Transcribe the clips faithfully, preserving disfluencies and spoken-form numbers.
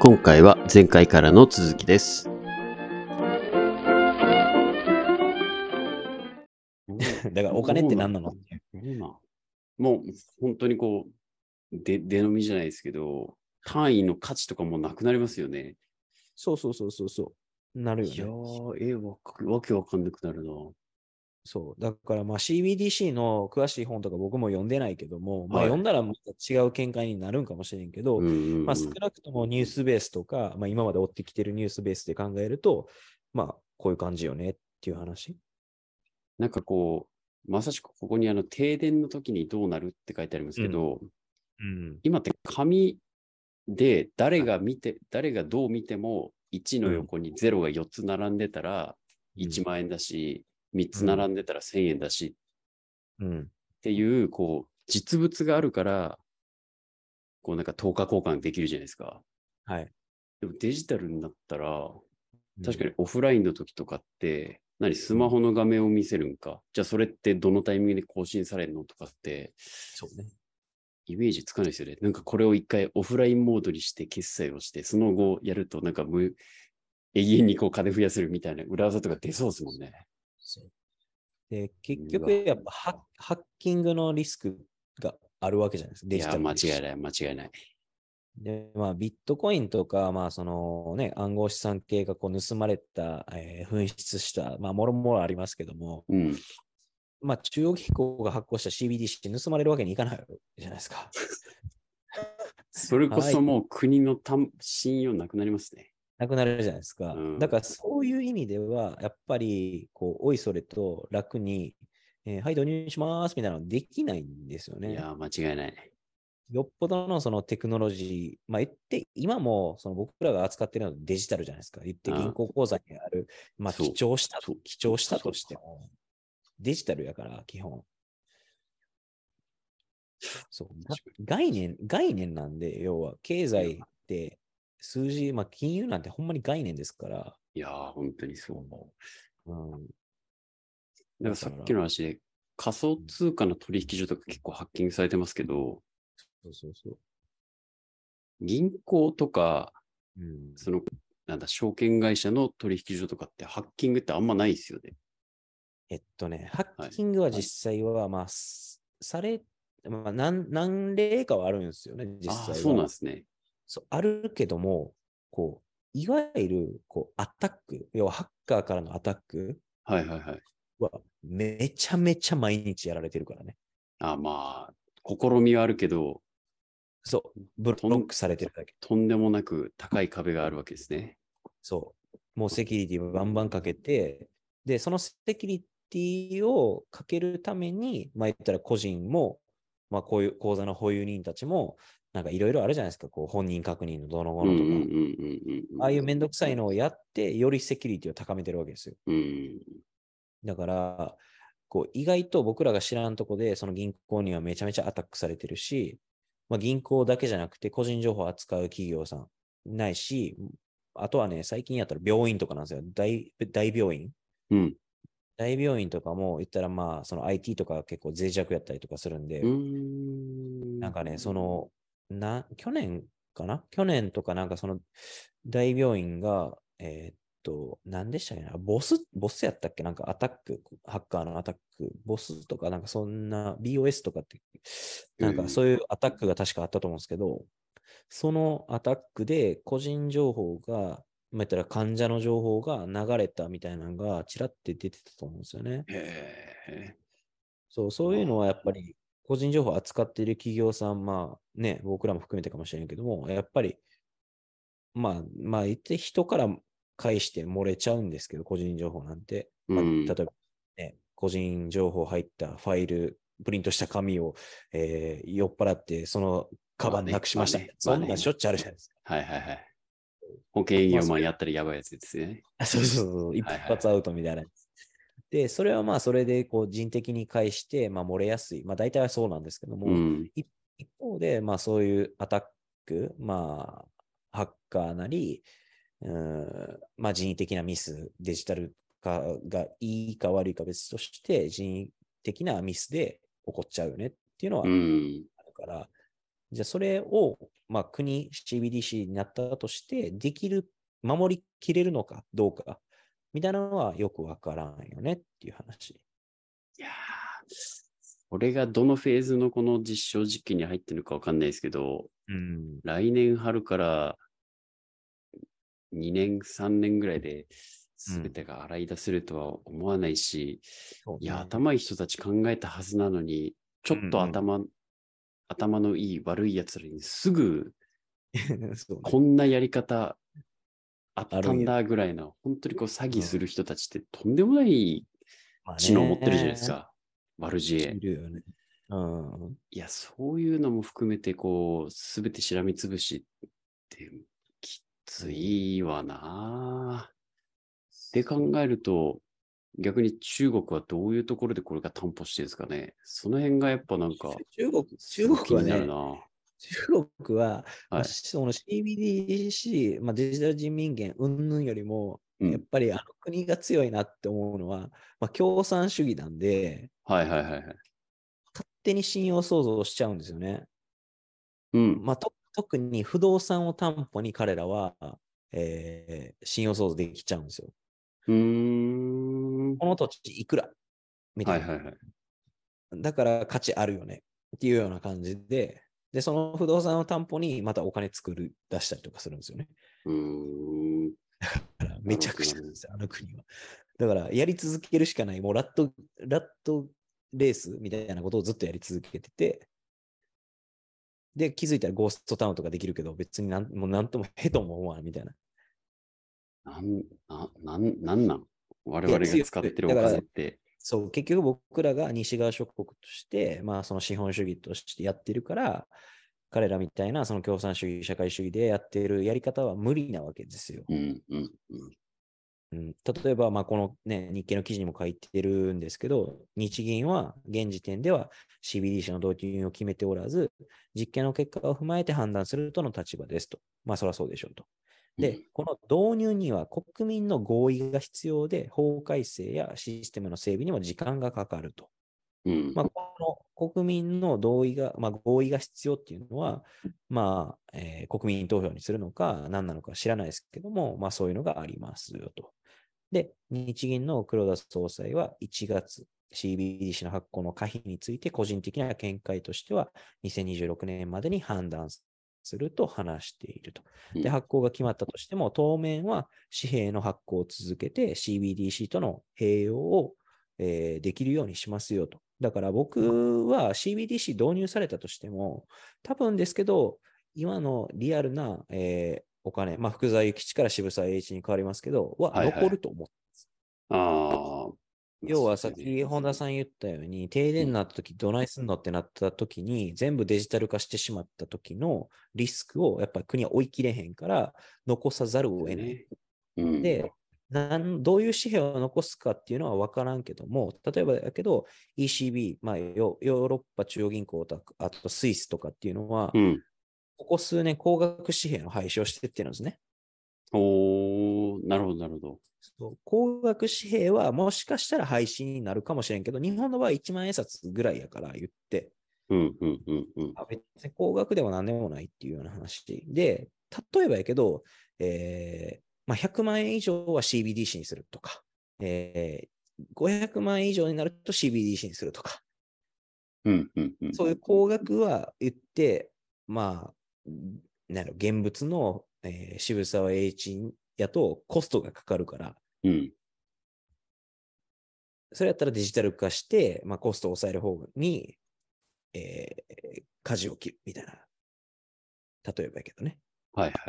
今回は前回からの続きです。 だからお金って何なのっていう。 もう本当にこう、で、出飲みじゃないですけど、単位の価値とかもなくなりますよね。 そうそうそうそうそう。なるよね。 いやー、えわか、わけわかんなくなるな。 そう。だからまあ シービーディーシー の詳しい本とか僕も読んでないけども、まあはい。 読んだらまた違う見解になるんかもしれんけど、 うんうんうん、 まあ少なくともニュースベースとか、まあ今まで追ってきてるニュースベースで考えると、まあこういう感じよねっていう話。 なんかこう、まさしくここにあの停電の時にどうなるって書いてありますけど、 うん。 今って紙で誰が見て、誰がどう見てもいちの横にゼロがよっつ並んでたらいちまん円だし、みっつ並んでたらせんえんだしうん。 っていう、こう、実物があるから、こうなんか等価交換できるじゃないですか。 はい。 でもデジタルになったら、 うん確かにオフラインの時とかって、何、スマホの画面を見せるんか。じゃあそれってどのタイミングで更新されるのとかって、 そうね。 イメージつかないですよね。なんかこれを一回オフラインモードにして決済をして、その後やるとなんか無永遠にこう金増やせるみたいな裏技とか出そうですもんね。 そうで、結局やっぱハッハッキングのリスクがあるわけじゃないですか。デジいや、間タルですし。 違いない、間違いない。 で、まあ、ビットコインとか、まあ、そのね、暗号資産系がこう盗まれた、えー紛失した、まあ、もろもろありますけども、 うん。 まあ、中央銀行が発行した シービーディーシー って盗まれるわけにいかないじゃないですか。 それこはい。 そもう国のた信用なくなりますね。 なくなるじゃないですか。 うん。 だから、そういう意味では、やっぱり、こう、おいそれと楽に、えーはい、導入しますみたいなのできないんですよね。 いや、間違いない。 よっぽどのそのテクノロジー、まあ言って、今もその僕らが扱っているのはデジタルじゃないですか。言って銀あ行口座にある、まあ記そう。 帳した、 そう。 記帳したそう。 としても、デジタルやから、基本。そう。概念、概念なんで、要は、経いや、 済って数字、まあ金融なんてほんまに概念ですから、 いやー、本当にそう。 うん。 だからさっきだから、 の話で、仮想通貨の取引所とか結構ハッキングされてますけど、 そうそうそう。 銀行とか、 うん。 その、なんだ、証券会社の取引所とかってハッキングってあんまないですよね。 えっとね、ハッはい。 キングは実際は、まあ、され、まあ、何、何例かはあるんですよね、 ああ、 実際は。 そうなんですね。 そう、あるけども、こう、いわゆる、こう、アタック、要はハッカーからのアタックはいはいはい。 は、めちゃめちゃ毎日やられてるからね。 ああ、まあ、試みはあるけど、 そう、ブとん、 ロックされてるだけ。 とんでもなく高い壁があるわけですね。 そう。もうセキュリティバンバンかけて、で、そのセキュリティをかけるために、まあ言ったら個人も、まあこういう口座の保有人たちも、なんかいろいろあるじゃないですか、こう本人確認のどのうんうんうん後のとか、ああいううんめんどくさいのをやって、よりセキュリティを高めてるわけですよ。 うん。うん。 だから、こう意外と僕らが知らんとこで、その銀行にはめちゃめちゃアタックされてるし、まあ、銀行だけじゃなくて、個人情報を扱う企業さんないし、あとはね、最近やったら病院とかなんですよ。大大病院。 うん。 大病院とかも言ったら、まあ、その アイティー とか結構脆弱やったりとかするんうーで、なんん。 かね、その、な、去年かな去年とかなんかその大病院が、えーっと、何でしたっけなボス、ボスやったっけなんかアタック、ハッカーのアタック、ボスとかなんかそんな ビーオーエス とかって、なんかそういうアタックが確かあったと思うんですけど、そのアタックで個人情報が、まあ、言ったら患者の情報が流れたみたいなのがちらって出てたと思うんですよね。 へえ。 そう、そういうのはやっぱり個人情報を扱っている企業さん、まあね、僕らも含めてかもしれないけども、やっぱり、まあ、まあ言って人から返して漏れちゃうんですけど、個人情報なんて。まあ、 うん。 例えば、ね、個人情報入ったファイル、プリントした紙を、えー酔っ払って、そのカバンなまあね、 くしました。 まあね、まあね。 そんなんしょっちゅうあるじゃないですか。 はいはいはい。保険営まあ、それ、 業マンやったらやばいやつですね。 あそうそうそう、一はいはいはい。 発アウトみたいなやつ。で、それはまあ、それでこう人的に返して、まあ、漏れやすい。まあ、大体はそうなんですけども、 うん。 一一方で、まあ、そういうアタック、まあ、ハッカーなり、うん、まあ、人為的なミス、デジタル化がいいか悪いか別として、人為的なミスで起こっちゃうよねっていうのうはん。 あるから、じゃあそれをまあ、国、シービーディーシー になったとして、できる、守りきれるのかどうか、みたいなのはよくわからんよねっていう話。 いやー、これがどのフェーズのこの実証実験に入ってるのかわかんないですけど、 うん。 来年春からにねん、さんねんぐらいで全てが洗い出せるとは思わないし、 そうね、 いや、頭いい人たち考えたはずなのに、ちょっとうん頭、頭のいい悪い奴らにすぐ、 うん、そうね。 こんなやり方あっあるんや。 たんだぐらいの、本当にこう詐欺すうん。 る人たちってとんでもないまあ知能を持ってるじゃないですね。 か。悪知恵。 いるよね。うん。 いや、そういうのも含めて、こう、すべてしらみつぶしってきついわな。って考えると、逆に中国はどういうところでこれが担保してるんですかね。その辺がやっぱなんか、 中国、中すごく気になる国はね、 な。 中国は、まあ、 はい。 その シービーディーシー、まあ、デジタル人民元云々よりも、 うん。 やっぱりあの国が強いなって思うのは、まあ、共産主義なんで、 はいはいはいはい。 勝手に信用創造しちゃうんですよね。 うん。 まあ、と特に不動産を担保に彼らは、えー信用創造できちゃうんですよ。 うーん。 この土地いくらみたいな。 はいはいはい。 だから価値あるよねっていうような感じで、で、その不動産を担保にまたお金作る、出したりとかするんですよね。 うーん。 だからめちゃなるほどなるほど。 くちゃなんですよ、あの国は。だからやり続けるしかない、もうラット、ラットレースみたいなことをずっとやり続けてて、で、気づいたらゴーストタウンとかできるけど、別になんもうなんともへとも思わんみたいな。 なん、な、なん、なんなん我いや、 々が強い。 使ってるおだから、 金って。 そう、結局僕らが西側諸国として、まあその資本主義としてやってるから、彼らみたいなその共産主義、社会主義でやっているやり方は無理なわけですよ。 うん、うん、うん。 うん、例えば、まあ、この、ね、日経の記事にも書いてるんですけど、日銀は現時点では シービーディーシー の導入を決めておらず、実験の結果を踏まえて判断するとの立場ですと。まあ、そりゃそうでしょうと。で、 うん、 この導入には国民の合意が必要で、法改正やシステムの整備にも時間がかかると。 うん。 まあ、この国民の同意が、まあ、合意が必要っていうのは、まあ、えー国民投票にするのか何なのか知らないですけども、まあ、そういうのがありますよと。で、日銀の黒田総裁はいちがつ、シービーディーシー の発行の可否について個人的な見解としては、にせんにじゅうろくねんまでに判断すると話していると。で、 うん。 発行が決まったとしても、当面は紙幣の発行を続けて シービーディーシー との併用を、えーできるようにしますよと。だから僕は シービーディーシー 導入されたとしても、多分ですけど、今のリアルな、えーお金、まあ、福沢諭吉から渋沢栄一に変わりますけど、ははいはい。 残ると思う。 ああ、まあ要はそうですよね。 さっき本田さん言ったように、停電にうん。 なった時どないすんのってなった時に、全部デジタル化してしまった時のリスクをやっぱり国は追い切れへんから、残さざるを得ない。 ですよね。うん。 で、なんどういう紙幣を残すかっていうのは分からんけども、例えばだけど イーシービー、まあ、ヨヨーロッパ中央銀行とか、あとスイスとかっていうのは、 うん。 ここ数年高額紙幣の廃止をしてってるんですね。 おー、なるほど、なるほど。 そう高額紙幣はもしかしたら廃止になるかもしれんけど、日本の場合いちまん円札ぐらいやから言って、 うん、うん、うん、うん。 あ別に高額でも何でもないっていうような話で、例えばやけど、えーまあ、ひゃくまん円以上は シービーディーシー にするとか、えー、ごひゃくまん円以上になると シービーディーシー にするとか、 うん、うん、うん。 そういう高額は言って、まあ、なんやろ現物の、えー渋沢栄一やとコストがかかるから、 うん。 それやったらデジタル化して、まあ、コストを抑える方に、えー、舵を切るみたいな。例えばやけどね。 はいはい。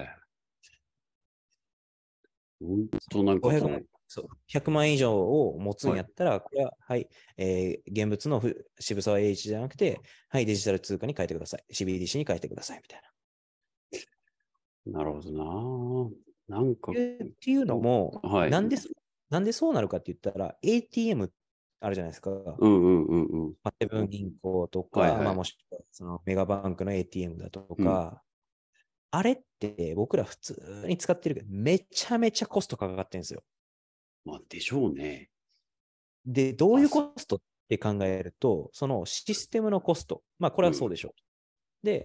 本当なんか 500万、 この、 そう、ひゃくまん以上を持つんはい。 やったら、これは、はい、えー、現物の渋沢栄一じゃなくて、はい、デジタル通貨に変えてください。シービーディーシー に変えてください。みたいなるほどな。なんか、 な。っていうのも、 はい。 なんで、なんでそうなるかって言ったら、エーティーエム あるじゃないですか。 うんうんうんうん。 まあセブン銀行とか、まあ、 はいはい。 もしくはそのメガバンクの エーティーエム だとうん。 か、あれって僕ら普通に使ってるけど、めちゃめちゃコストかかってるんですよ。 まあ、でしょうね。 で、どういあ、 うそコストって考えると、そのシステムのコスト、まあこれう。うん。 はそうでしょう。で、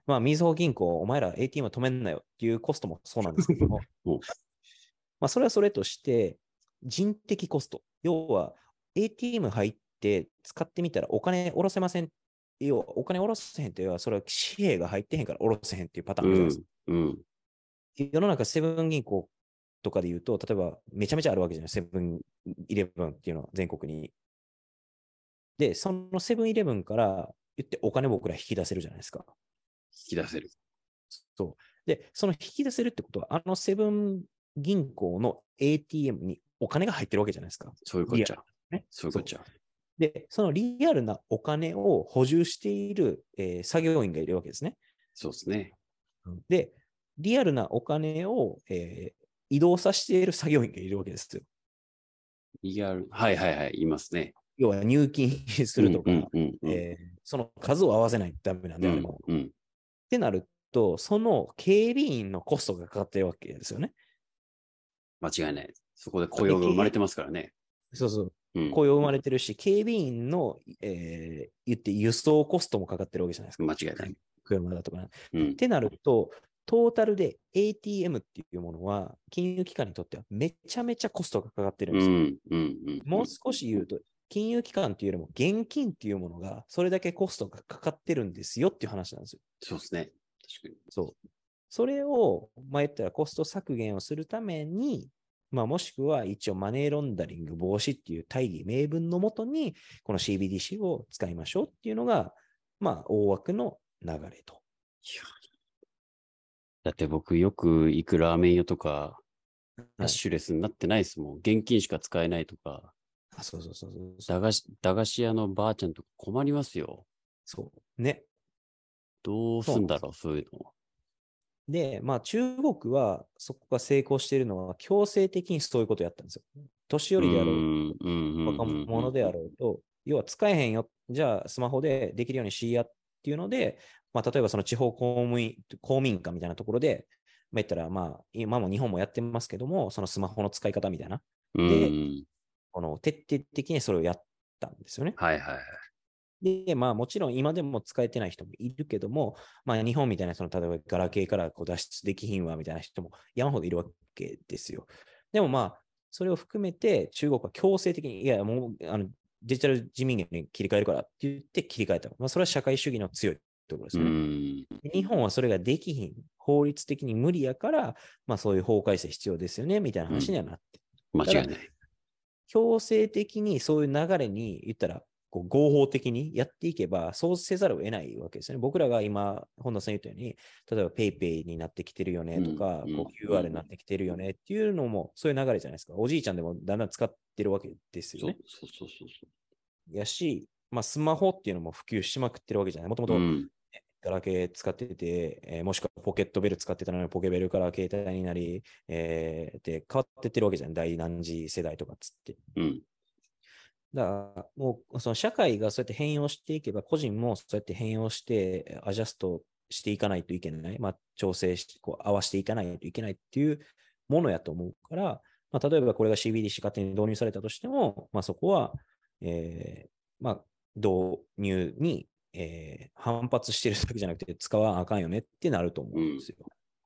まあ、みずほ銀行、お前ら エーティーエム 止めんなよっていうコストもそうなんですけども、まあ、それはそれとして、人的コスト。要は、エーティーエム 入って使ってみたらお金下ろせません。要は、お金下ろせへんっていうのは、それは紙幣が入ってへんから下ろせへんっていうパターンあるじゃないですか。 うん。 世の中セブン銀行とかで言うと、例えばめちゃめちゃあるわけじゃない、セブンイレブンっていうのは全国に。で、そのセブンイレブンから言ってお金僕ら引き出せるじゃないですか。 引き出せる。 そう。で、その引き出せるってことは、あのセブン銀行の エーティーエム にお金が入ってるわけじゃないですか。 そういうこっちゃ。 ね、 そういうこっちゃ。 で、そのリアルなお金を補充している、えー作業員がいるわけですね。 そうですね。 で、リアルなお金を、えー移動させている作業員がいるわけですよ。 リアル。はいはいはい。言いますね。 要は入金するとか、 うんうんうんうんえーその数を合わせないとダメなんで、あれも。 うんうん。 ってなると、その警備員のコストがかかってるわけですよね。 間違いない。そこで雇用が生まれてますからね。 そうそう。 うん。 雇用生まれてるし、警備員の、えー言って輸送コストもかかってるわけじゃないですか。 間違いない。 車だとかね。 うんってなると、トータルで エーティーエム っていうものは、金融機関にとってはめちゃめちゃコストがかかってるんですよ。 うんうんうん。 もう少し言うと、金融機関っていうよりも現金っていうものが、それだけコストがかかってるんですよっていう話なんですよ。 そうですね。確かに。 そう。それを、まあ、言ったらコスト削減をするために、まあ、もしくは一応マネーロンダリング防止っていう大義名分のもとに、この シービーディーシー を使いましょうっていうのが、まあ、大枠の流れと。 だって僕よく行くラーメン屋とか、 はい、 キャッシュレスになってないですもん。現金しか使えないとか。 あそうそうそうそうそう。 駄菓子、駄菓子屋のばあちゃんとか困りますよ。 そうね。 どうそうなんです。 すんだろう、そういうの。 で、まあ、中国はそこが成功しているのは、強制的にそういうことをやったんですよ。年寄うりであろう、 ーん、うん、うん、 若者であろうと、要は使えへんよ、じゃあスマホでできるようにしやっていうので、まあ、例えばその地方公務員、公民館みたいなところで、まあ、言ったら、まあ、今も日本もやってますけども、そのスマホの使い方みたいな。 うん。 で、 うん。 この徹底的にそれをやったんですよね。 はいはいはい。 で、まあもちろん今でも使えてない人もいるけども、まあ日本みたいな、その例えばガラケーからこう脱出できひんわみたいな人も山ほどいるわけですよ。でもまあ、それを含めて中国は強制的に、いや、もうあのデジタル人民元に切り替えるからって言って切り替えた。まあそれは社会主義の強いところですうよね。 ん。 日本はそれができひん。法律的に無理やから、まあそういう法改正必要ですよね、みたいな話にはなって。 間違いない。 強制的にそういう流れに言ったら、こう合法的にやっていけば、そうせざるを得ないわけですよね。僕らが今、本田さん言ったように、例えば PayPay になってきてるよねとか、 うんこう キューアール になってきてるよねっていうのも、そういう流れじゃないですか。おじいちゃんでもだんだん使ってるわけですよそうね。 そうそうそうそやし、まあ、スマホっていうのも普及しまくってるわけじゃない。もともう。うとん。 ガラケー使ってて、えーもしくはポケットベル使ってたのにポケベルから携帯になり、えーで変わってってるわけじゃない。第何次世代とかっつって。 うん。 だからもうその社会がそうやって変容していけば、個人もそうやって変容してアジャストしていかないといけない、まあ、調整してこう合わせていかないといけないっていうものやと思うから、まあ、例えばこれが シービーディーシー 勝手に導入されたとしても、まあ、そこは、えーまあ、導入に、えー反発してるだけじゃなくて使わなあかんよねってなると思うんですよ。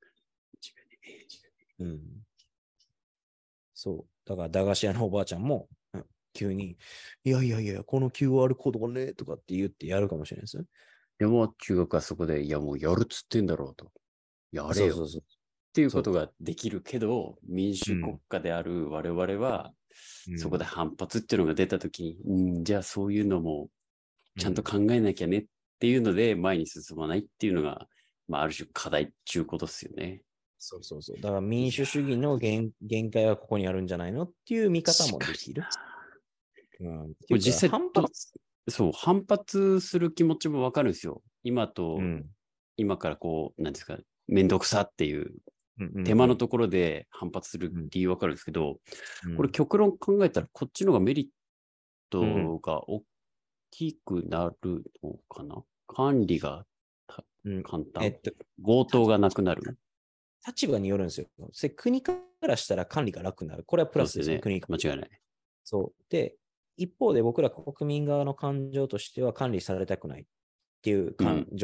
うん。そう。だから駄菓子屋のおばあちゃんも、うん急に、いやいやいや、この キューアール コードがね、とかって言ってやるかもしれないですよ。 でも中国はそこで、いやもうやるっつってんだろうと。やれよ。 そうそうそう。 っていうことができるけど、民主うん国家である我々は、 うんそこで反発っていうのが出たときに、うん、じゃあそういうのもちゃんとうん考えなきゃねっていうので前に進まないっていうのが、まあある種課題っていうことですよね。 そうそうそう。だから民主主義の限限界はここにあるんじゃないのっていう見方もできる。うん、っていうか実際反発。 そう、反発する気持ちもわかるんですよ。今と、 うん今からこう、なんですか、めんどくさっていううんうん手間のところで反発する理由わかるんですけど、 うんこれ極論考えたらこっちの方がメリッうんトが大きくなるのかな、管理がうん簡単、 えっと、 強盗がなくなる。 立場によるんですよ。それ国からしたら管理が楽になる。これはプラスですよね、 そうですね。 国から。 間違いない。 そう。で、一方で僕ら国民側の感情としては管理されたくないっていう感情が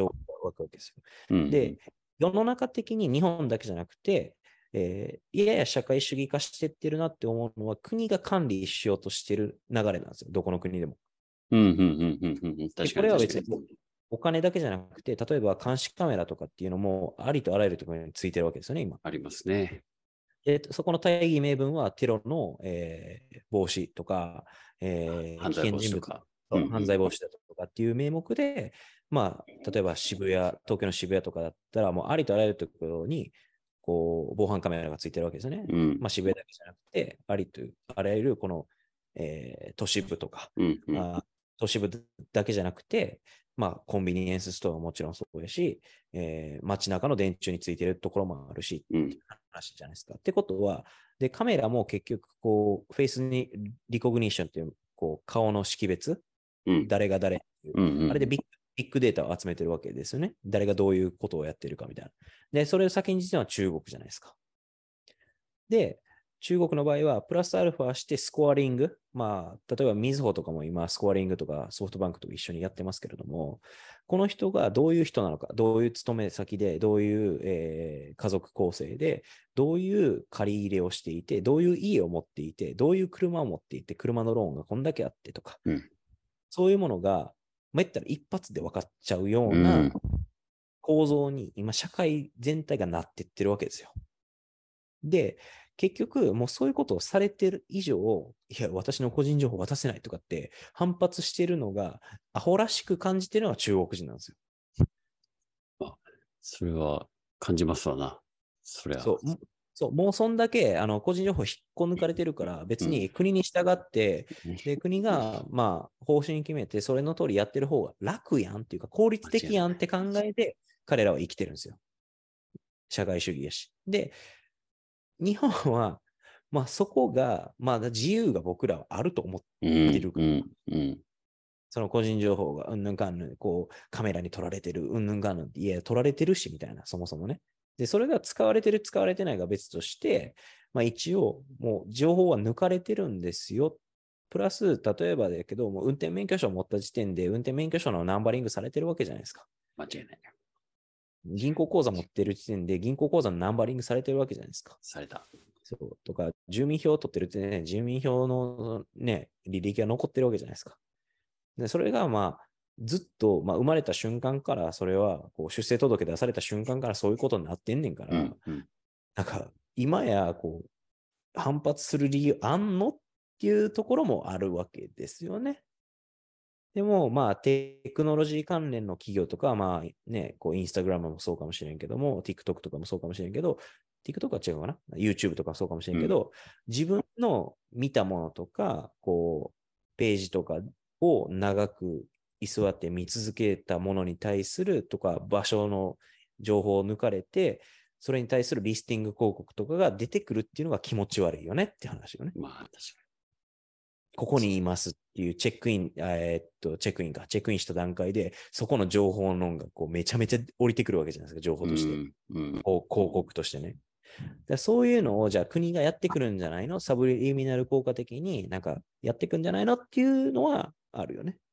わけですよ。 うんうん、 で、世の中的に日本だけじゃなくて、えー、やや社会主義化してってるなって思うのは、国が管理しようとしてる流れなんですよ。どこの国でも。 うんうんうんうんうんうん。 で、 確かこれは別にに確かに。 お金だけじゃなくて、例えば監視カメラとかっていうのもありとあらゆるところについてるわけですよね、今。 ありますね。 で、そこの大義名分はテロの、えー防止とか、えー危犯罪険人物防止とか。うんうん、 の犯罪防止だとかっていう名目で、まあ、例えば渋谷、東京の渋谷とかだったら、もうありとあらゆるところに、こう、防犯カメラがついてるわけですよね。 うん、 まあ、渋谷だけじゃなくて、ありとあらゆるこの、えー都市部とか、 うんうん、 あ都市部だけじゃなくて、まあ、コンビニエンスストアはもちろんそうやし、えー街中の電柱についてるところもあるし、 うん、 話じゃないですか。ってことは、で、カメラも結局、こう、フェイスにリコグニッションっていう、こう、顔の識別、 うん、 誰が誰っていう、 うんうん、 あれでビッグビッグデータを集めてるわけですよね。誰がどういうことをやってるかみたいな。で、それを先に実は中国じゃないですか。で、中国の場合は、プラスアルファしてスコアリング。まあ、例えば、みずほとかも今、スコアリングとかソフトバンクと一緒にやってますけれども、この人がどういう人なのか、どういう勤め先で、どういう、えー家族構成で、どういう借り入れをしていて、どういう家を持っていて、どういう車を持っていて、車のローンがこんだけあってとか、 うん、 そういうものが、まあ、言ったら一発で分かっちゃうようう、 なん構造に今、社会全体がなってってるわけですよ。で、結局、もうそういうことをされてる以上、いや、私の個人情報渡せないとかって反発してるのが、アホらしく感じてるのが中国人なんですよ。 あ、それは感じますわな。そりゃ。 そう、もそうもうそんだけあの個人情報引っこ抜かれてるから、別に国に従って、で、国が、まあ、方針決めて、それの通りやってる方が楽やんっていうか、効率的やんって考えて、彼らは生きてるんですよ。社会主義やし。で、日本は、まあそこが、まあ自由が僕らはあると思っうん、 てるから、 うん、うん。 その個人情報がうんぬんかんぬん、こうカメラに撮られてる、うんぬんかんぬんって、いや、撮られてるし、みたいな、そもそもね。で、それが使われてる、使われてないが別として、まあ一応、もう情報は抜かれてるんですよ。プラス、例えばだけど、もう運転免許証を持った時点で、運転免許証のナンバリングされてるわけじゃないですか。 間違いない。 銀行口座持ってる時点で、銀行口座のナンバリングされてるわけじゃないですか。 された。 そうとか、住民票を取ってるってね、住民票のね、履歴が残ってるわけじゃないですか。で、それがまあ、ずっと、まあ、生まれた瞬間から、それは、こう、出生届出された瞬間からそういうことになってんねんから、 うん、うん。 なんか、今や、こう、反発する理由あんのっていうところもあるわけですよね。でも、まあ、テクノロジー関連の企業とか、まあね、こう、インスタグラムもそうかもしれんけども、TikTok とかもそうかもしれんけど、TikTok は違うかな ?YouTube とかもそうかもしれんけど、自分の見たものとか、こう、ページとかを長く居座って見続けたものに対するとか、場所の情報を抜かれて、それに対するリスティング広告とかが出てくるっていうのが気持ち悪いよねって話よね。 まあ、確かここにいますっていうチェックイン、えーっと、チェックインか、チェックインした段階で、そこの情報のがこうめちゃめちゃ降りてくるわけじゃないですか、情報に。 として。 うん、うん。 こう広告としてね。だそういうのを、じゃあ国がやってくるんじゃないのサブリミナル効果的になんかやってくんじゃないのっていうのはあるよね。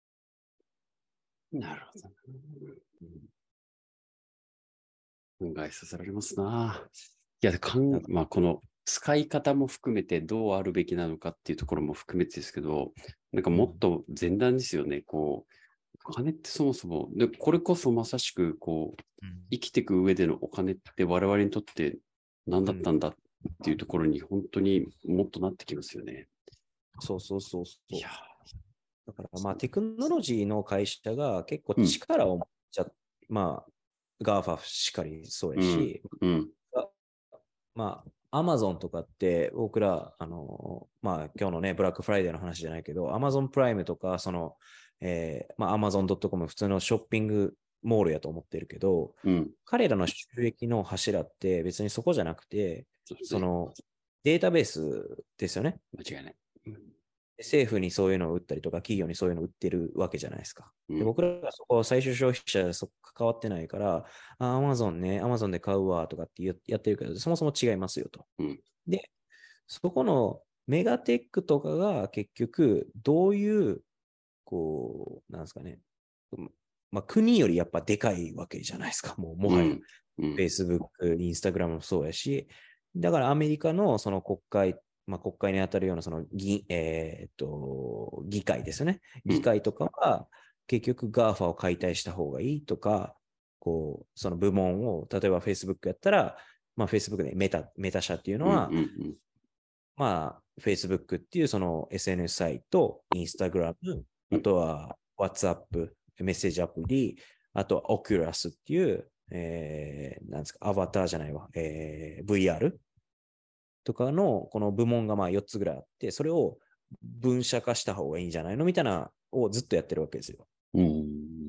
なるほど。考えさせられますな。いや、かん、まあ、この使い方も含めてどうあるべきなのかっていうところも含めてですけど、なんかもっと前段ですよね。こう、お金ってそもそも、で、これこそまさしく、こう、生きていく上でのお金って我々にとって何だったんだっていうところに本当にもっとなってきますよね。 そうそうそうそう。 いやだからまあテクノロジーの会社が結構うん力を持っちゃ、まあ、ガーファしかりそうやー、うん、 し、 うん、 まあ、アマゾンとかって僕ら、あの、まあ、今日のね、ブラックフライデーの話じゃないけど、アマゾンプライムとか、その、えー、まあ、アマゾンドットコム普通のショッピングモールやと思ってるけど、 うん。 彼らの収益の柱って別にそこじゃなくて、 そうですね。 その、データベースですよね。 間違いない。うん政府にそういうのを売ったりとか、企業にそういうのを売ってるわけじゃないですか。で、 うん僕らはそこは最終消費者そこ関わってないから、あ、アマゾンね、アマゾンで買うわとかってやってるけど、そもそも違いますよと。 うんで、そこのメガテックとかが結局どういう、こう、なんですかね、 まあ、国よりやっぱでかいわけじゃないですか。もうもはや、 うん、 Facebook、Instagram もそうやし、だからアメリカのその国会、まあ、国会に当たるようなその議、えーっと、議会ですよね。議会とかは、結局 ガーファ を解体した方がいいとか、こう、その部門を、例えば Facebook やったら、まあ、Facebook でメタ、メタ社っていうのは、 うんうんまあ、Facebook っていうその エスエヌエス サイト、Instagram、あとは WhatsApp、メッセージアプリ、あとは Oculus っていう、えー、なんですか、アバターじゃないわ、えー、ブイアール とかのこの部門がまあよっつぐらいあって、それを分社化した方がいいんじゃないのみたいなをずっとやってるわけですよ。 うん。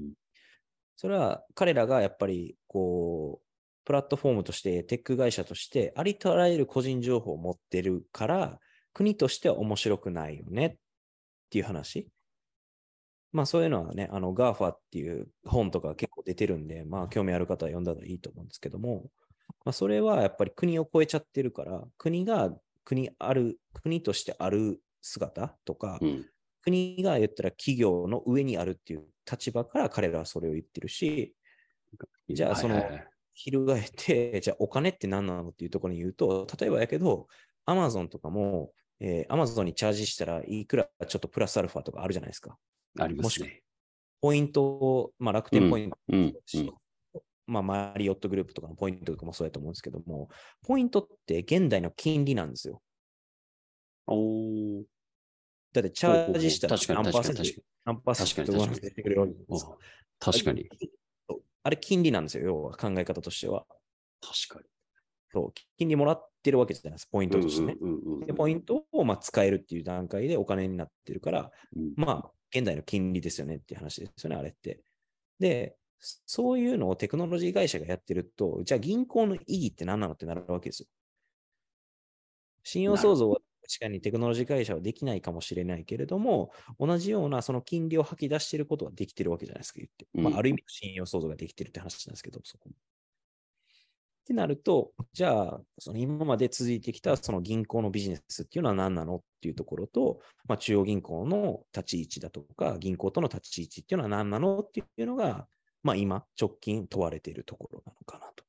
それは彼らがやっぱりこう、プラットフォームとしてテック会社としてありとあらゆる個人情報を持ってるから、国としては面白くないよねっていう話。まあそういうのはね、あの ガーファ っていう本とか結構出てるんで、まあ興味ある方は読んだらいいと思うんですけども、まあそれはやっぱり国を超えちゃってるから、国が国ある、国としてある姿とか、 うん。 国が言ったら企業の上にあるっていう立場から彼らはそれを言ってるし、じゃあその、 はいはいはい。 翻って、じゃあお金って何なのっていうところに言うと、例えばやけど、アマゾンとかも、えー、アマゾンにチャージしたらいくらちょっとプラスアルファとかあるじゃないですか。 ありまもしくはすね。 ポイントを、まあ、楽うん、 天ポイントうん、うし、 ん。 まあ、マリオットグループとかのポイントとかもそうやと思うんですけども、ポイントって現代の金利なんですよ。 おー。 だってチほうほうほう。 ャージしたら確かに何パーセント、 確かに確かに。 何パーセ確かント上乗に確かに。 せしてくれるわけですか。 お確かに。 あれ金利なんですよ、要は考え方としては。 確かに。 そう金利もらってるわけじゃないですか、ポインうんうトとしてね。 んうんうんで、ポイントをまあ使えるっていう段階でお金になってるから、 うん。 まあ、現代の金利ですよねっていう話ですよね、あれって。で、そういうのをテクノロジー会社がやってると、じゃあ銀行の意義って何なのってなるわけですよ。信用なるほど。 創造は確かにテクノロジー会社はできないかもしれないけれども、同じようなその金利を吐き出していることはできてるわけじゃないですか、言って。まあ、あうん。 る意味信用創造ができてるって話なんですけど、そこも。ってなると、じゃあ、その今まで続いてきたその銀行のビジネスっていうのは何なのっていうところと、まあ、中央銀行の立ち位置だとか、銀行との立ち位置っていうのは何なのっていうのが、まあ、今、直近問われているところなのかなと。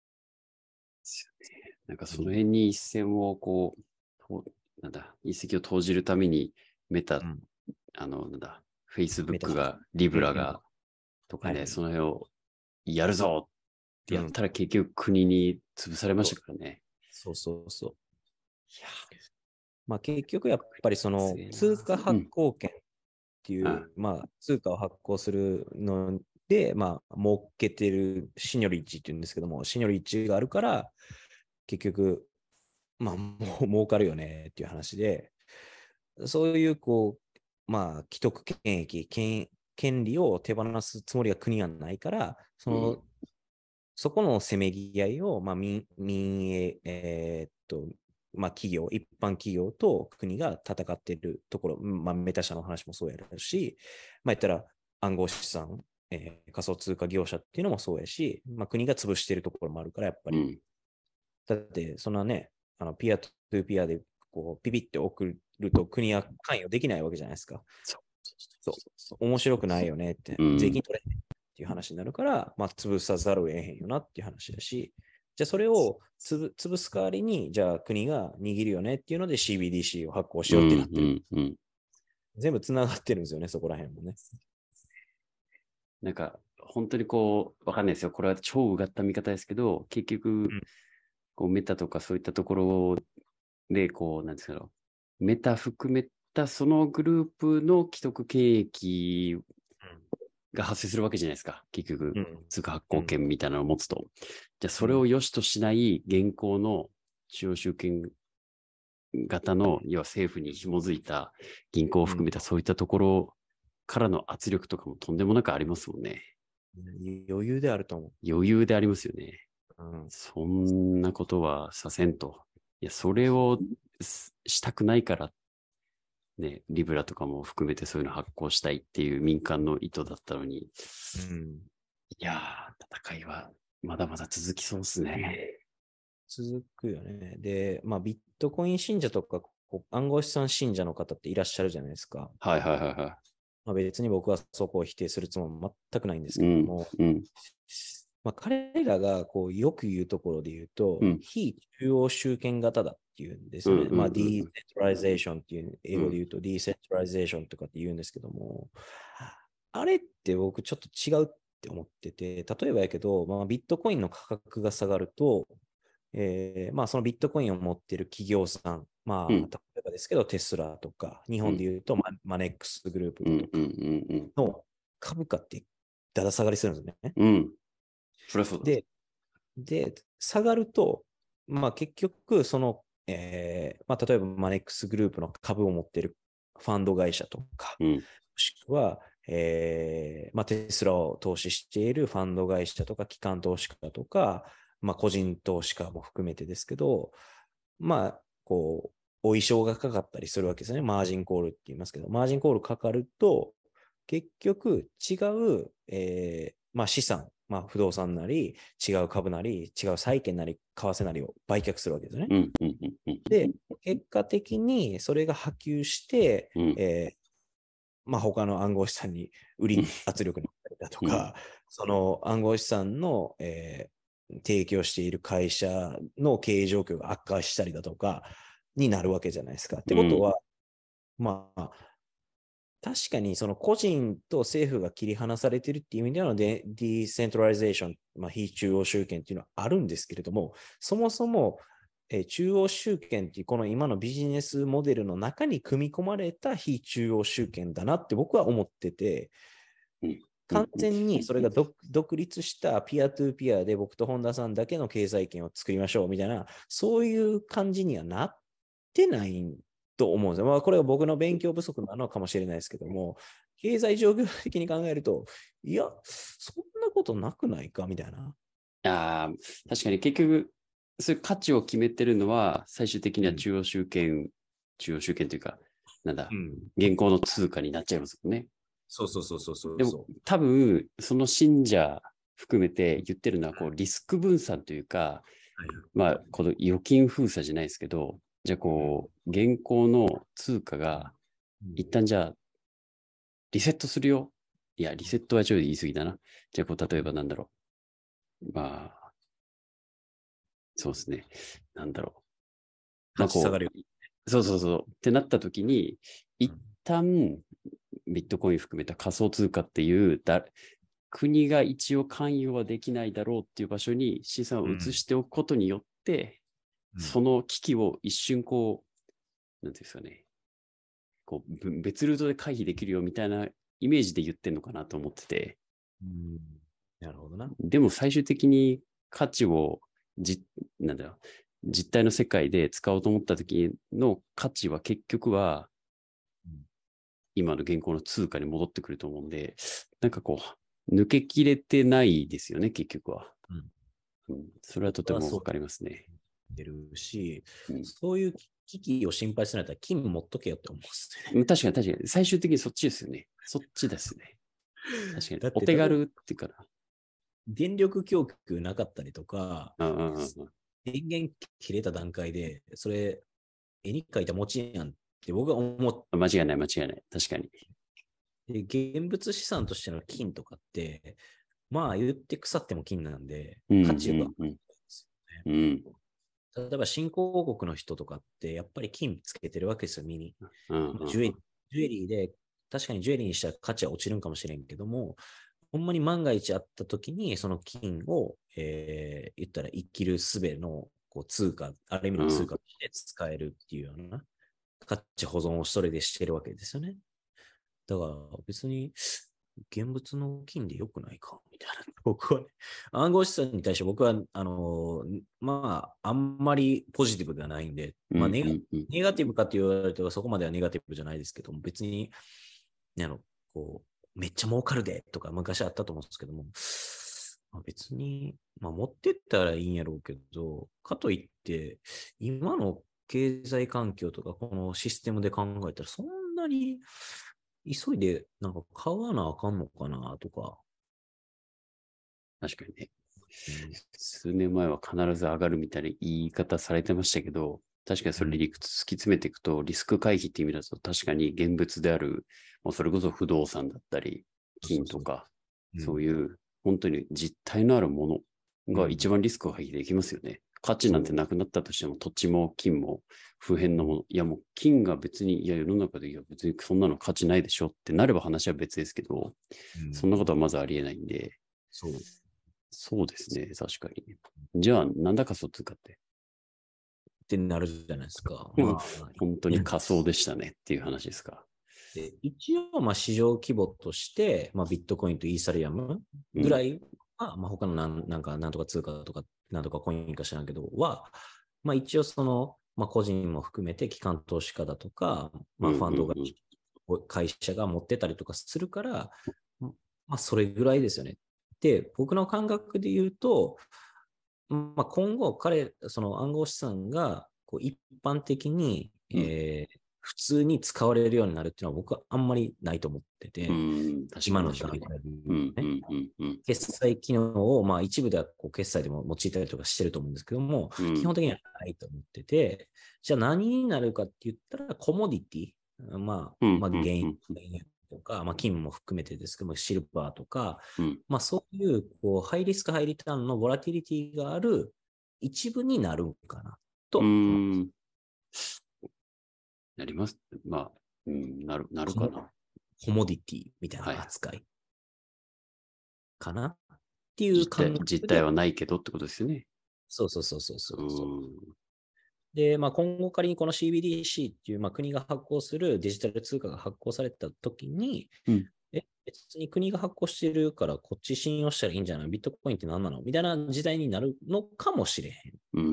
なんかその辺に一線をこう、となんだ、一石を投じるために、メタ、 うん、 あの、なんだ、 メタ Facebook 社。 が、リブうんうん。 ラが、とかね、 はいはい。 その辺をやるぞってうん。 やったら結局国に潰されましたからね。 そうそうそう。 いやまあ、結局やっぱりその強えな。 通貨発うん。 行権っていう、 うん。 まあ、通貨を発行するので、まあ、儲けてるシニョリッチっていうんですけども、シニョリッチがあるから、結局、まあ、もう儲かるよねっていう話で、そういう、こう、まあ、既得権益、権権利を手放すつもりが国はないから、その、 うん。 そこのせめぎ合いを、まあ、民、民営、えーっと、まあ、企業、一般企業と国が戦っているところ、まあ、メタ社の話もそうやるし、まあ、言ったら暗号資産、えー仮想通貨業者っていうのもそうやし、まあ、国が潰しているところもあるから、やっぱり。 うん。 だって、そんなね、あのピアトゥーピアでこうピピって送ると国は関与できないわけじゃないですか。 そうそう。 そうそう面白くないよねって、 うん。 税金取れないっていう話になるから、まあ、潰さざるを得へんよなっていう話だし、じゃあそれを潰潰す代わりに、じゃあ国が握るよねっていうので シービーディーシー を発行しうん。 ようってなってる。 うん。うん。 全部つながってるんですよね、そこら辺もね。 なんか、本当にこう、わかんないですよ。これは超うがった見方ですけど、結局、こうメタとかそういったところで、こう、なんですか、メタ含めたそのグループの既得権益が発生するわけじゃないですか。結局、 うん。 通貨発うん。 行権みたいなのを持つと。じゃあ、それうん。 を良しとしない現行の中央集権型の、要は政府に紐づいた銀行を含めたそういったところからの圧力とかもとんでもなくありますもんね。 余裕であると思余裕でありますよね。 う。うん。 そんなことはさせんと。いや、それをしたくないから、ね、リブラとかも含めてそういうの発行したいっていう民間の意図だったのに、 うん。 いやー、戦いはまだまだ続きそうですね。 続くよね。で、まあ、ビットコイン信者とか、こう暗号資産信者の方っていらっしゃるじゃないですか。 はいはいはいはい。 まあ、別に僕はそこを否定するつもりも全くないんですけうん。 ども、 うん。 まあ、彼らがこうよく言うところで言うと、 うん。 非中央集権型だっていうんですうん。 よね。まあ、 うん。 ディーセントライゼーションっていう、英うん。 語で言うとディーセントライゼーションとかって言うんですけども、あれって僕ちょっと違うって思ってて、例えばやけど、まあ、ビットコインの価格が下がると、えーまあ、そのビットコインを持っている企業さん、まあ、 うん。 例えばですけど、テスラとか、日うん。 本で言うとマ、マネックスグループうん。 だとかうん。 の株価ってだだ下がりするんですね。 うん。そりゃそうだ。 で、で、下がると、まあ結局、その、えーまあ例えばマネックスグループの株を持っているファンド会社とか、 うん。 もしくは、えーまあ、テスラを投資しているファンド会社とか、機関投資家とか、まあ、個人投資家も含めてですけど、まあ、こう、お衣装がかかったりするわけですね。マージンコールって言いますけど、マージンコールかかると、結局違う、えーまあ、資産、まあ、不動産なり、違う株なり、違う債券なり、為替なりを売却するわけですね。 うん。うん。うん。 で、結果的にそれが波及して、 うん。 えーまあ、他の暗号資産に売り圧力になったりだとうん。 か、その暗号資産の、えー提供している会社の経営状況が悪化したりだとかになるわけじゃないですか。ってことは、まあ、確かにその個人と政府が切り離されているっていう意味でのデディーセントライゼーション、まあ、非中央集権っていうのはあるんですけれども、そもそも、えー中央集権っていうこの今のビジネスモデルの中に組み込まれた非中央集権だなって僕は思ってて、 うん。 完全にそれが独独立したピアトゥーピアで僕と本田さんだけの経済圏を作りましょうみたいな、そういう感じにはなってないと思うんですよ。まあ、これは僕の勉強不足なのかもしれないですけども、経済状況的に考えると、いや、そんなことなくないかみたいな。 ああ、確かに結局、そういう価値を決めてるのは、最終的にはうん中央集権、中央集権というか、なんだ、 うん現行の通貨になっちゃいますもんね。 そうそうそうそうそうでもそ多分、その信者含めて言ってるのは、こう、リスク分散というか、 う。はいまあ、この預金封鎖じゃないですけど、じゃあこう、現行の通貨が、一旦じゃあ、リセットするよ。いや、リセットはちょっと言い過ぎだな。じゃあ、こう、例えばなんだろう。まあ、そうですね。なんだろう。まあ、こ価値下がるよ。 う、そうそうそう。ってなった時に、一旦、ビットコイン含めた仮想通貨っていうだ、国が一応関与はできないだろうっていう場所に資産を移しておくことによって、 うんその危機を一瞬こう、なんていうんですかね、こうぶ別ルートで回避できるよみたいなイメージで言ってんのかなと思ってて、 うんなるほどな。 でも最終的に価値をじ、なんだろう、実体の世界で使おうと思った時の価値は結局はうん今の現行の通貨に戻ってくると思うんで、なんかこう、抜けきれてないですよね、結局は。 うんうん、それはとてもわかりますね。 てるし、 うん、 そういう危機を心配するんだったら金持っとけよって思うんですよね。 確かに確かに、最終的にそっちですよね。そっちですね。確かにだ。って、 お手例えば軽っていうか電力供給なかったりとか、 な。うんうんうん電源切れた段階で、それ、絵に描いた餅やんって僕は思っうん、間違いない間違いない。確かに。 て、現物資産としての金とかって、まあ言って腐っても金なんで、 うん価値がうんうんですよね。 うん。 例えば新興国の人とかって、やっぱり金つけてるわけですよ、身に。 うんうんまあジュエリージュエリーで、確かにジュエリーにしたら価値は落ちるんかもしれんけども、ほんまに万が一あった時に、その金を、えー言ったら生きる術のこう通貨、ある意味の通貨として使えるっていうような価値保存をそれでしてるわけですよね。だから別に現物の金で良くないかみたいな。僕はね、暗号資産に対して僕は、あのーまあ、あんまりポジティブではないんで、まあネガ、 うんうんネガティブかって言われてはそこまではネガティブじゃないですけども、別に、ね、あの、こう、めっちゃ儲かるでとか昔あったと思うんですけども、まあ、別に、まあ持ってったらいいんやろうけど、かといって、今の経済環境とかこのシステムで考えたらそんなに急いでなんか買わなあかんのかなとか。 確かにね。 うん数年前は必ず上がるみたいな言い方されてましたけど、 確かにそれ理屈突き詰めていくと、リスク回避っていう意味だと、確かに現物である、まあ、それこそ不動産だったり、金とか、そういう本当に実体のあるものが一番リスクを回避できますよね。価値なんてなくなったとしても、土地も金も普遍のもの。いやもう金が別に、いや世の中でいや別にそんなの価値ないでしょってなれば話は別ですけど、うん、そんなことはまずありえないんで。 そう。 そうですね、確かに。じゃあ、なんだ仮想通貨って。 ってなるじゃないですか。 まあ、本当に仮想でしたねっていう話ですか。 で一応、まあ市場規模として、まあ、ビットコインとイーサリアムぐらいは、うん、まあ他のなんなんかなんとか通貨とかなんとかコインか知らんけどは、まあ一応その、まあ個人も含めて機関投資家だとか、まあファンドが、会社が持ってたりとかするから、まあそれぐらいですよね。で、僕の感覚で言うと、まあ今後彼、その暗号資産がこう一般的に、うん、えー普通に使われるようになるっていうのは僕はあんまりないと思ってて、 うん、 今の段階で、ね、決済機能を、まあ、一部ではこう決済でも用いたりとかしてると思うんですけども、うん、基本的にはないと思ってて、じゃあ何になるかって言ったらコモディティ、まあ、まあ、原油とか、まあ、金も含めてですけども、シルバーとか、うん、まあ、そういうこうハイリスク、ハイリターンのボラティリティがある一部になるかなと思います。 なります。まあ、うん、なる、なるかな。 コモディティみたいな扱いかな、はい、っていう感覚。実態はないけどってことですよね。 そうそうそうそうそうそう。で、まあ、今後仮にこの シービーディーシー っていう、まあ、国が発行するデジタル通貨が発行されたときに、うん、え、別に国が発行してるからこっち信用したらいいんじゃない？ビットコインって何なの？みたいな時代になるのかもしれへん。 うん。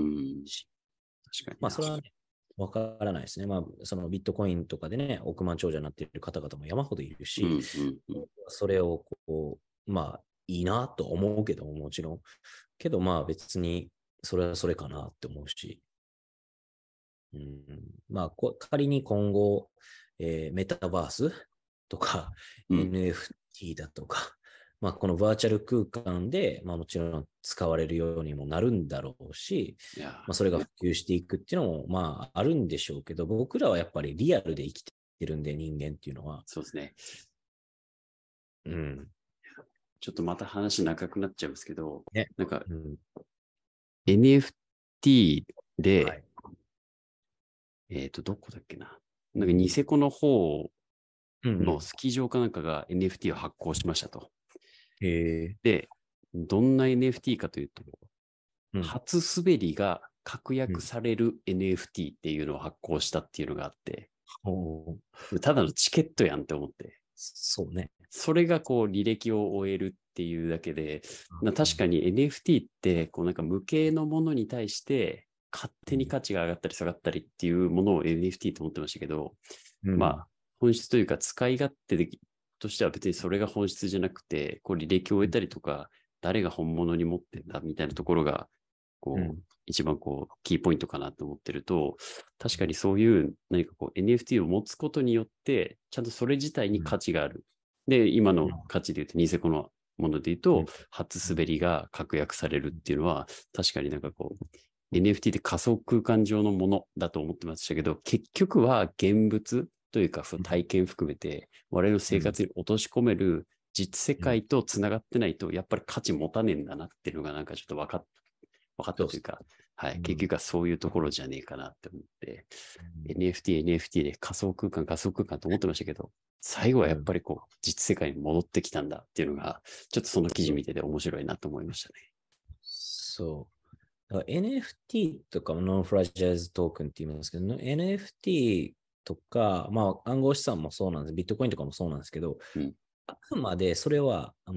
確かに。 まあ、それはね、わからないですね。まあ、そのビットコインとかでね、億万長者になっている方々も山ほどいるし、うんうんうん、それをこう、まあ、いいなと思うけども、もちろん。けど、まあ別に、それはそれかなって思うし。うん、まあ、仮に今後、えー、メタバースとか、うん、エヌエフティー だとか、まあ、このバーチャル空間で、まあ、もちろん使われるようにもなるんだろうし、まあ、それが普及していくっていうのも、まあ、あるんでしょうけど、僕らはやっぱりリアルで生きてるんで、人間っていうのは。 そうですね。 うん。 ちょっとまた話長くなっちゃうんですけど、 ね、 なんか、 うん、 エヌエフティー で、はい、えっと、どこだっけな。なんか、ニセコの方のスキー場かなんかが エヌエフティー を発行しましたと。 へで、どんな エヌエフティー かというと、うん、初滑りが確約される エヌエフティー っていうのを発行したっていうのがあって、うん、ただのチケットやんって思って。 そうね。 それがこう履歴を終えるっていうだけで、うん、確かに エヌエフティー ってこうなんか無形のものに対して勝手に価値が上がったり下がったりっていうものを エヌエフティー と思ってましたけど、うん、まあ本質というか使い勝手でとしては別にそれが本質じゃなくて、こう履歴を終えたりとか、誰が本物に持ってんだみたいなところがこう、うん、一番こうキーポイントかなと思ってると、確かにそういう何かこう エヌエフティー を持つことによってちゃんとそれ自体に価値がある。うん、で、今の価値で言うと、ニセコのもので言うと、うん、初滑りが確約されるっていうのは、確かになんかこう、エヌエフティー って仮想空間上のものだと思ってましたけど、結局は現物というか、その体験含めて、我々の生活に落とし込める実世界とつながってないと、やっぱり価値持たねえんだなっていうのがなんかちょっと分かっ分かったというか、はい、うん、結局はそういうところじゃねえかなって思って、うん、エヌエフティー、エヌエフティー で仮想空間、仮想空間と思ってましたけど、最後はやっぱりこう、実世界に戻ってきたんだっていうのが、ちょっとその記事見てて面白いなと思いましたね。 そう。だから エヌエフティー とかノンフラジャイズトークンって言いますけど、エヌエフティー とか、まあ暗号資産もそうなんです。ビットコインとかもそうなんですけど、うん、あくまでそれは、うん、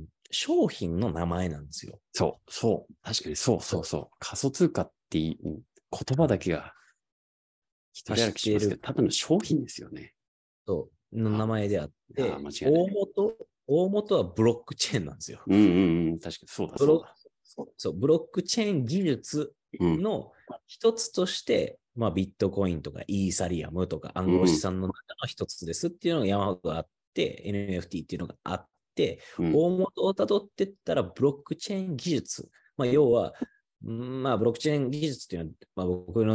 商品の名前なんですよ。 そう、そう。確かにそうそうそう。仮想通貨って言葉だけが一人歩きしますけど、ただの商品ですよね。 そう、の名前であって、大元、大元はブロックチェーンなんですよ。 うんうんうん、確かにそうだそうだ。 そう、ブロックチェーン技術の一つとして、うん、まあビットコインとかイーサリアムとか暗号資産の中の一つですっていうのが山ほどあって、うん、エヌエフティー っていうのがあって、うん、大元をたどっていったらブロックチェーン技術。まあ要は、まあブロックチェーン技術っていうのは、まあ、僕の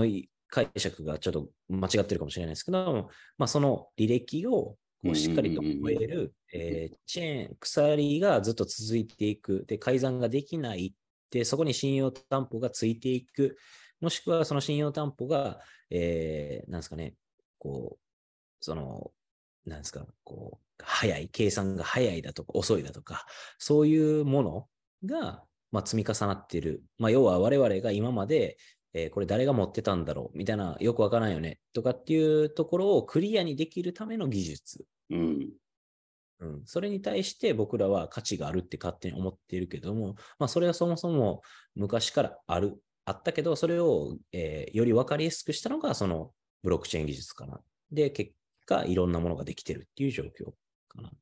解釈がちょっと間違ってるかもしれないですけど、まあ、その履歴をこうしっかりと終える、えーチェーン、鎖がずっと続いていく。で、改ざんができない。で、そこに信用担保がついていく。もしくはその信用担保が、えー、なんですかね、こう、その、なんですか、こう、早い、計算が早いだとか遅いだとか、そういうものが、まあ、積み重なっている。まあ、要は我々が今まで、えーこれ誰が持ってたんだろうみたいな、よくわからないよねとかっていうところをクリアにできるための技術。 うん。 うん、それに対して僕らは価値があるって勝手に思っているけども、まあ、それはそもそも昔からある、あったけど、それを、えーより分かりやすくしたのがそのブロックチェーン技術かな。で、結果、いろんなものができてるっていう状況かな。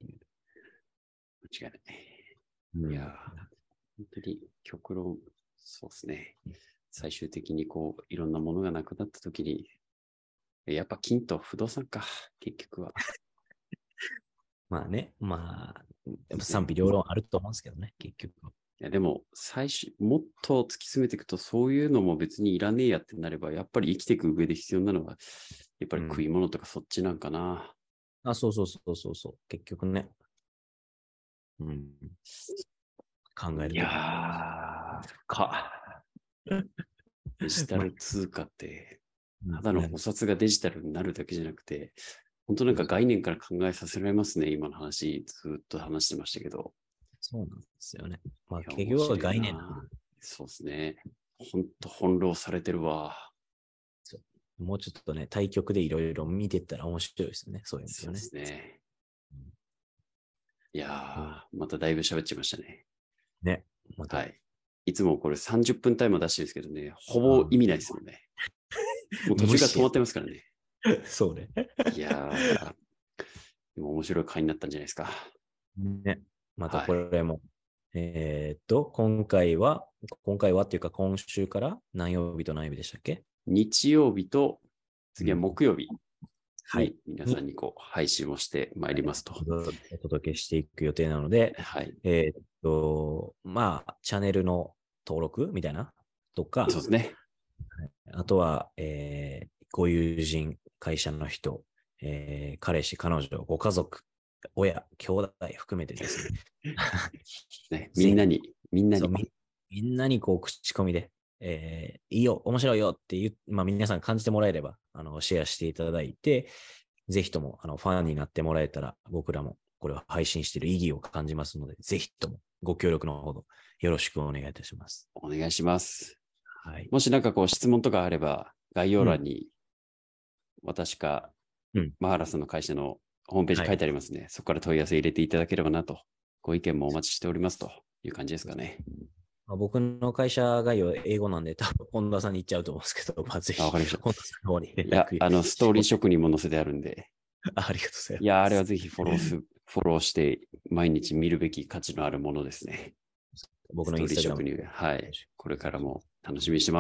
間違いない。 うん、 いやー、本当に極論、そうですね。最終的にこう、いろんなものがなくなったときに、やっぱ金と不動産か、結局は。 まあね、まあ、やっぱ賛否両論あると思うんですけどね、結局は。 いやでも、最初、もっと突き詰めていくと、そういうのも別にいらねえやってなれば、やっぱり生きていく上で必要なのは、やっぱり食い物とかそっちなんかな。 あ、そうそうそうそうそう、結局ね。うん。考えると。 いやー、か。デジタル通貨って、ただのお札がデジタルになるだけじゃなくて、本当なんか概念から考えさせられますね、今の話、ずっと話してましたけど。 そうなんですよね。まあ、 いや企業は概念面白いな。そうですね。本当翻弄されてるわ。 もうちょっとね、対局でいろいろ見てったら面白いですね。そういうそうでのね。 すね。いやー、まただいぶ喋っちゃいましたね。 ね。また。 はい。いつもこれさんじゅっぷんタイム出してるんですけどね、ほぼ意味ないですもんね。もう途中から止まってますからね。 そうね。 いやー、でも面白い回になったんじゃないですか。 ね。またこれも。はい、えー、っと、今回は、今回はっていうか今週から何曜日と何曜日でしたっけ？ 日曜日と、次は木曜日に皆さんににこう配信をしてまいりますと。 お届けしていく予定なので、 はい。 えー、っと、まあ、チャンネルの登録みたいなとか、 そうですね。 あとは、えー、ご友人、会社の人、えー、彼氏、彼女、ご家族、親、兄弟含めてですね。 ねみんなに、みんなに。 み、みんなにこう口コミで、えー、いいよ、面白いよっていう、まあ、皆さん感じてもらえれば、あの、シェアしていただいて、ぜひとも、あの、ファンになってもらえたら、僕らもこれを配信している意義を感じますので、ぜひともご協力のほどよろしくお願いいたします。 お願いします。 はい。 もしなんかこう質問とかあれば、概要欄に、私か、 うん、 マハラさんの会社のホームページ書いてありますね。はい、そこから問い合わせ入れていただければなと、ご意見もお待ちしておりますという感じですかね。 まあ、僕の会社概要英語なんで、多分本田さんに言っちゃうと思うんですけど、まあ、ぜひ、 あ、わかりました。 本田さんの方に連絡。 いや、あの、ストーリー職人も載せてあるんで。 あ, ありがとうございます。 いや、あれはぜひフォローす、フォローして毎日見るべき価値のあるものですね。 僕のインスタグラム。 ストーリー職人、はい。これからも楽しみにしてます。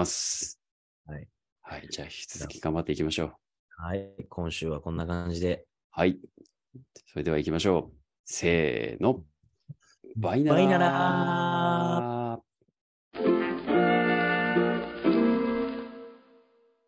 はい。 はい。じゃあ、引き続き頑張っていきましょう。 はい。今週はこんな感じで。 はい。それでは行きましょう。せーの。バイナラー。 バイナラー。